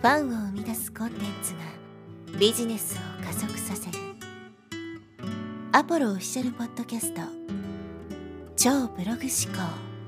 ファンを生み出すコンテンツがビジネスを加速させるアポロオフィシャルポッドキャスト超ブログ思考。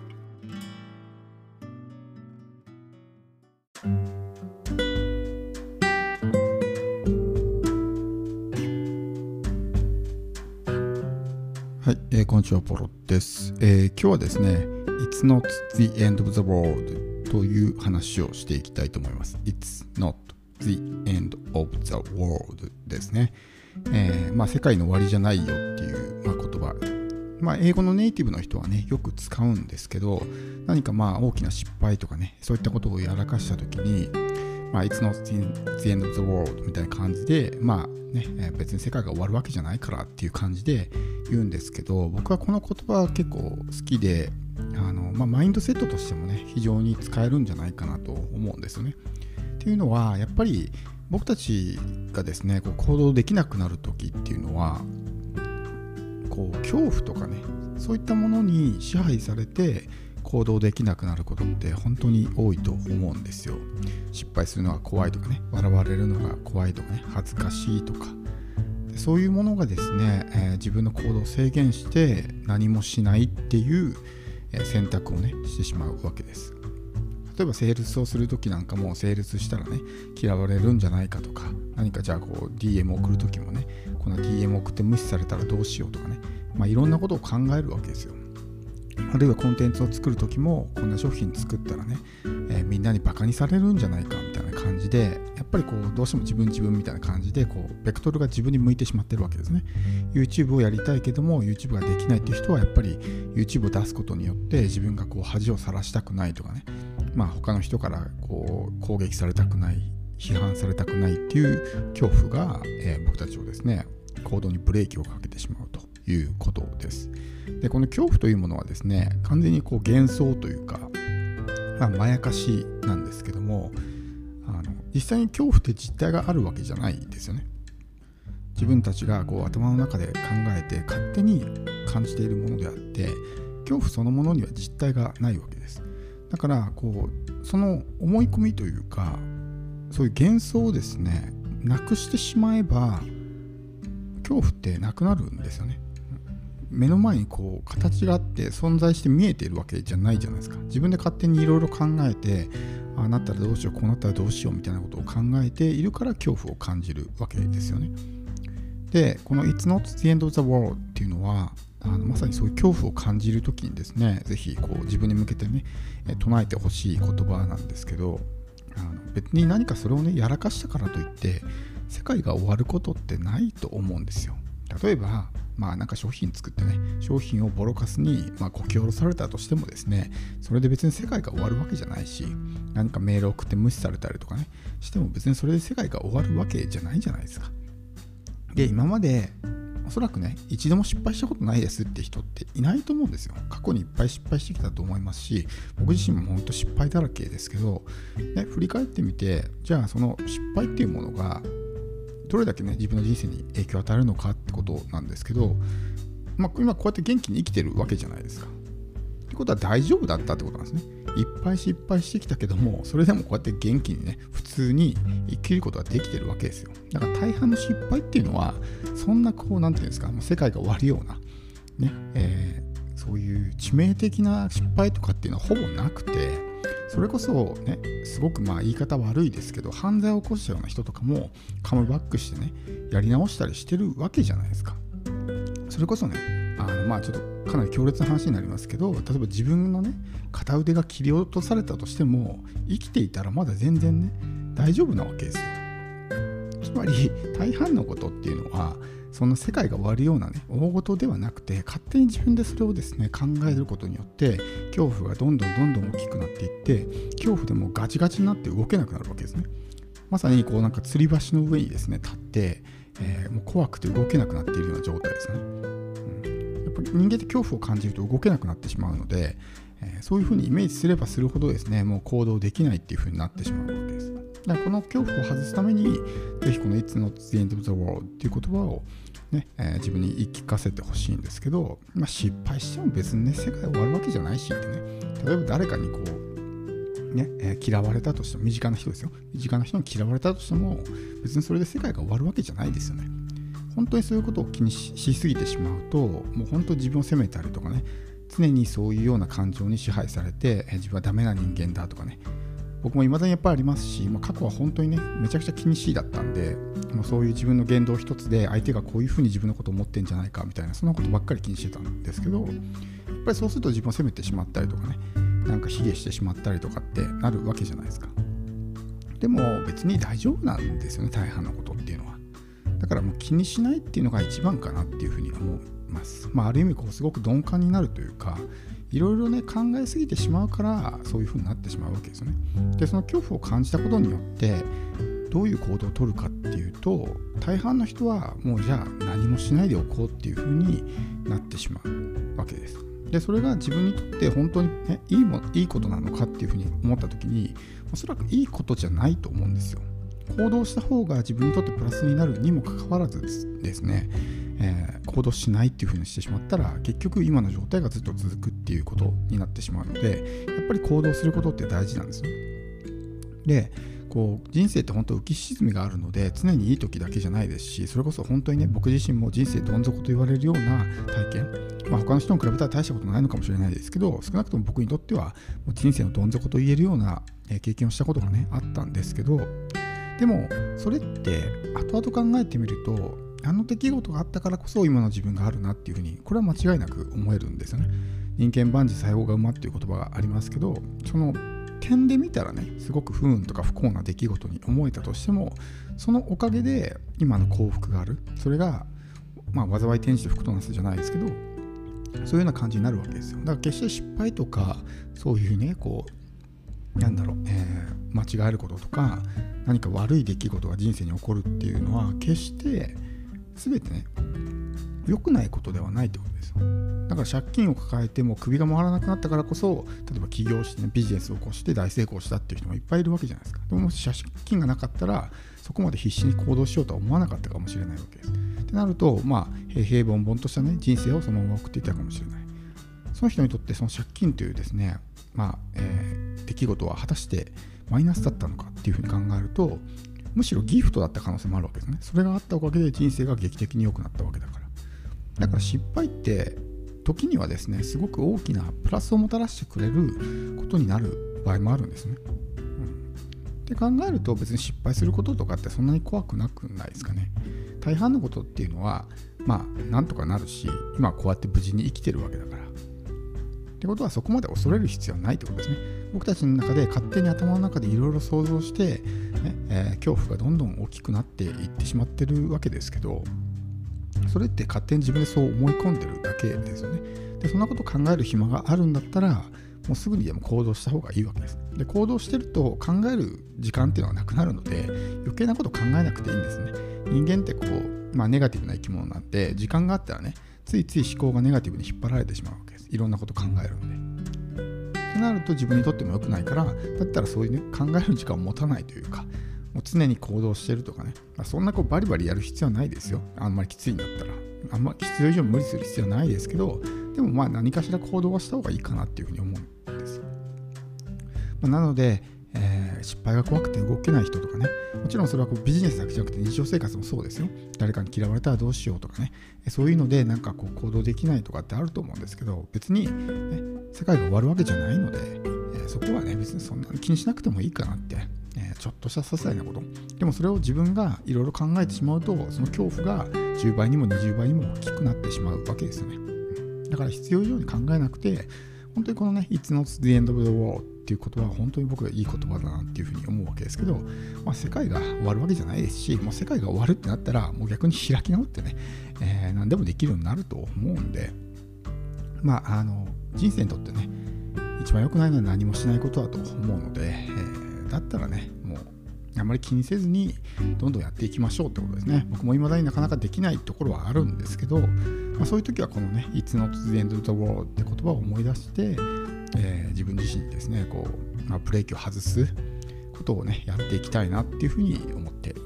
はい、こんにちは、ポロです。今日はですね、It's not the end of the world という話をしていきたいと思います。It's not the end of the world ですね。世界の終わりじゃないよっていう、言葉。英語のネイティブの人はね、よく使うんですけど、何か大きな失敗とかね、そういったことをやらかしたときに、It's not the end of the world みたいな感じで、別に世界が終わるわけじゃないからっていう感じで言うんですけど、僕はこの言葉結構好きで、マインドセットとしてもね、非常に使えるんじゃないかなと思うんですよね。っていうのは、やっぱり僕たちがですね、行動できなくなるときっていうのは、恐怖とかね、そういったものに支配されて行動できなくなることって本当に多いと思うんですよ。失敗するのが怖いとかね、笑われるのが怖いとかね、恥ずかしいとか、そういうものがですね、自分の行動を制限して何もしないっていう選択をねしてしまうわけです。例えばセールスをするときなんかも、セールスしたらね嫌われるんじゃないかとか、何かじゃあDM を送るときもね、この DM を送って無視されたらどうしようとかね、いろんなことを考えるわけですよ。あるいはコンテンツを作るときも、こんな商品作ったらね、みんなにバカにされるんじゃないかみたいな感じで、やっぱりどうしても自分みたいな感じでベクトルが自分に向いてしまってるわけですね。YouTube をやりたいけども YouTube ができないっていう人は、やっぱり YouTube を出すことによって自分が恥をさらしたくないとかね、他の人から攻撃されたくない、批判されたくないっていう恐怖が、僕たちをですね、行動にブレーキをかけてしまうということです。で、この恐怖というものはですね、完全に幻想というか、まやかしなんですけども、実際に恐怖って実体があるわけじゃないですよね。自分たちが頭の中で考えて勝手に感じているものであって、恐怖そのものには実体がないわけです。だからその思い込みというか、そういう幻想をですねなくしてしまえば、恐怖ってなくなるんですよね。目の前に形があって存在して見えているわけじゃないじゃないですか。自分で勝手にいろいろ考えて、ああなったらどうしよう、こうなったらどうしようみたいなことを考えているから恐怖を感じるわけですよね。で、この It's not the end of the world っていうのは、まさにそういう恐怖を感じるときにですね、ぜひ自分に向けてね、唱えてほしい言葉なんですけど、別に何かそれをねやらかしたからといって世界が終わることってないと思うんですよ。例えばなんか商品作ってね、商品をボロカスにこき下ろされたとしてもですね、それで別に世界が終わるわけじゃないし、何かメールを送って無視されたりとかねしても別にそれで世界が終わるわけじゃないじゃないですか。で、今までおそらくね、一度も失敗したことないですって人っていないと思うんですよ。過去にいっぱい失敗してきたと思いますし、僕自身も本当失敗だらけですけど、振り返ってみて、じゃあその失敗っていうものがどれだけね自分の人生に影響を与えるのかってことなんですけど、今こうやって元気に生きてるわけじゃないですか。ってことは大丈夫だったってことなんですね。いっぱい失敗してきたけども、それでもこうやって元気にね普通に生きることができてるわけですよ。だから大半の失敗っていうのは、そんななんていうんですか、世界が終わるようなね、そういう致命的な失敗とかっていうのはほぼなくて、それこそね、すごく言い方悪いですけど、犯罪を起こしたような人とかもカムバックしてねやり直したりしてるわけじゃないですか。それこそね、ちょっとかなり強烈な話になりますけど、例えば自分のね片腕が切り落とされたとしても、生きていたらまだ全然ね大丈夫なわけですよ。つまり大半のことっていうのは、その世界が終わるようなね大事ではなくて、勝手に自分でそれをですね考えることによって恐怖がどんどん大きくなっていって、恐怖でもガチガチになって動けなくなるわけですね。まさになんか吊り橋の上にですね立って、もう怖くて動けなくなっているような状態ですね。やっぱり人間って恐怖を感じると動けなくなってしまうので、そういうふうにイメージすればするほどですね、もう行動できないっていうふうになってしまうわけです。だからこの恐怖を外すために、ぜひこの It's not the end of the world っていう言葉をね、自分に言い聞かせてほしいんですけど、失敗しても別にね世界終わるわけじゃないしってね、例えば誰かに嫌われたとしても、身近な人ですよ、身近な人に嫌われたとしても別にそれで世界が終わるわけじゃないですよね。本当にそういうことを気に しすぎてしまうと、もう本当に自分を責めたりとかね、常にそういうような感情に支配されて、自分はダメな人間だとかね、僕も未だにやっぱりありますし、過去は本当にねめちゃくちゃ気にしいだったんで、もうそういう自分の言動一つで相手がこういうふうに自分のことを思ってんじゃないかみたいな、そんなことばっかり気にしてたんですけど、やっぱりそうすると自分を責めてしまったりとかね、なんか卑下してしまったりとかってなるわけじゃないですか。でも別に大丈夫なんですよね、大半のことっていうのは。だからもう気にしないっていうのが一番かなっていうふうに思います。ある意味すごく鈍感になるというか、いろいろね考えすぎてしまうからそういうふうになってしまうわけですよね。でその恐怖を感じたことによってどういう行動を取るかっていうと、大半の人はもうじゃあ何もしないでおこうっていうふうになってしまうわけです。でそれが自分にとって本当に、いいことなのかっていうふうに思った時に、おそらくいいことじゃないと思うんですよ。行動した方が自分にとってプラスになるにもかかわらずですね、行動しないっていう風にしてしまったら、結局今の状態がずっと続くっていうことになってしまうので、やっぱり行動することって大事なんですよ。で人生って本当浮き沈みがあるので、常にいい時だけじゃないですし、それこそ本当にね、僕自身も人生どん底と言われるような体験、他の人に比べたら大したことないのかもしれないですけど、少なくとも僕にとってはもう人生のどん底と言えるような経験をしたことがねあったんですけど、でもそれって後々考えてみると、あの出来事があったからこそ今の自分があるなっていうふうに、これは間違いなく思えるんですよね。人間万事細胞が馬っていう言葉がありますけど、その点で見たらね、すごく不運とか不幸な出来事に思えたとしても、そのおかげで今の幸福がある。それが災い転じて福となすじゃないですけど、そういうような感じになるわけですよ。だから決して失敗とかそういうね間違えることとか何か悪い出来事が人生に起こるっていうのは決して全てね良くないことではないってことですよ。だから借金を抱えても首が回らなくなったからこそ、例えば起業して、ね、ビジネスを起こして大成功したっていう人もいっぱいいるわけじゃないですか。でももし借金がなかったらそこまで必死に行動しようとは思わなかったかもしれないわけです。ってなると平々凡々としたね人生をそのまま送っていたかもしれない。その人にとってその借金というですね出来事は果たしてマイナスだったのかっていうふうに考えると、むしろギフトだった可能性もあるわけですね。それがあったおかげで人生が劇的に良くなったわけだから。だから失敗って時にはですね、すごく大きなプラスをもたらしてくれることになる場合もあるんですね。って考えると別に失敗することとかってそんなに怖くなくないですかね。大半のことっていうのはなんとかなるし、今こうやって無事に生きてるわけだから。ってことはそこまで恐れる必要はないってことですね。僕たちの中で勝手に頭の中でいろいろ想像して、恐怖がどんどん大きくなっていってしまってるわけですけど、それって勝手に自分でそう思い込んでるだけですよね。でそんなこと考える暇があるんだったら、もうすぐにでも行動した方がいいわけです。で行動してると考える時間っていうのはなくなるので、余計なこと考えなくていいんですね。人間ってネガティブな生き物なんで、時間があったらね、ついつい思考がネガティブに引っ張られてしまうわけです。いろんなこと考えるんで。ってなると自分にとっても良くないから、だったらそういうね考える時間を持たないというか、もう常に行動してるとかね、そんなバリバリやる必要はないですよ。あんまりきついんだったら、あんまり必要以上無理する必要はないですけど、でも何かしら行動はした方がいいかなっていうふうに思うんです。なので、失敗が怖くて動けない人とかね、もちろんそれはビジネスだけじゃなくて日常生活もそうですよ。誰かに嫌われたらどうしようとかね、そういうので行動できないとかってあると思うんですけど、別に、世界が終わるわけじゃないので、そこはね別にそんなに気にしなくてもいいかなって、ちょっとした些細なこと。でもそれを自分がいろいろ考えてしまうと、その恐怖が10倍にも20倍にも大きくなってしまうわけですよね。だから必要以上に考えなくて、本当にこのね It's not the end of the world っていう言葉は本当に僕はいい言葉だなっていうふうに思うわけですけど、世界が終わるわけじゃないですし、もう世界が終わるってなったらもう逆に開き直ってね、何でもできるようになると思うんで、人生にとってね一番良くないのは何もしないことだと思うので、だったらねもうあんまり気にせずにどんどんやっていきましょうってことですね。僕も未だになかなかできないところはあるんですけど、そういう時はこのね It's not the end of the world って言葉を思い出して、自分自身にですねブレーキを外すことをねやっていきたいなっていうふうに思って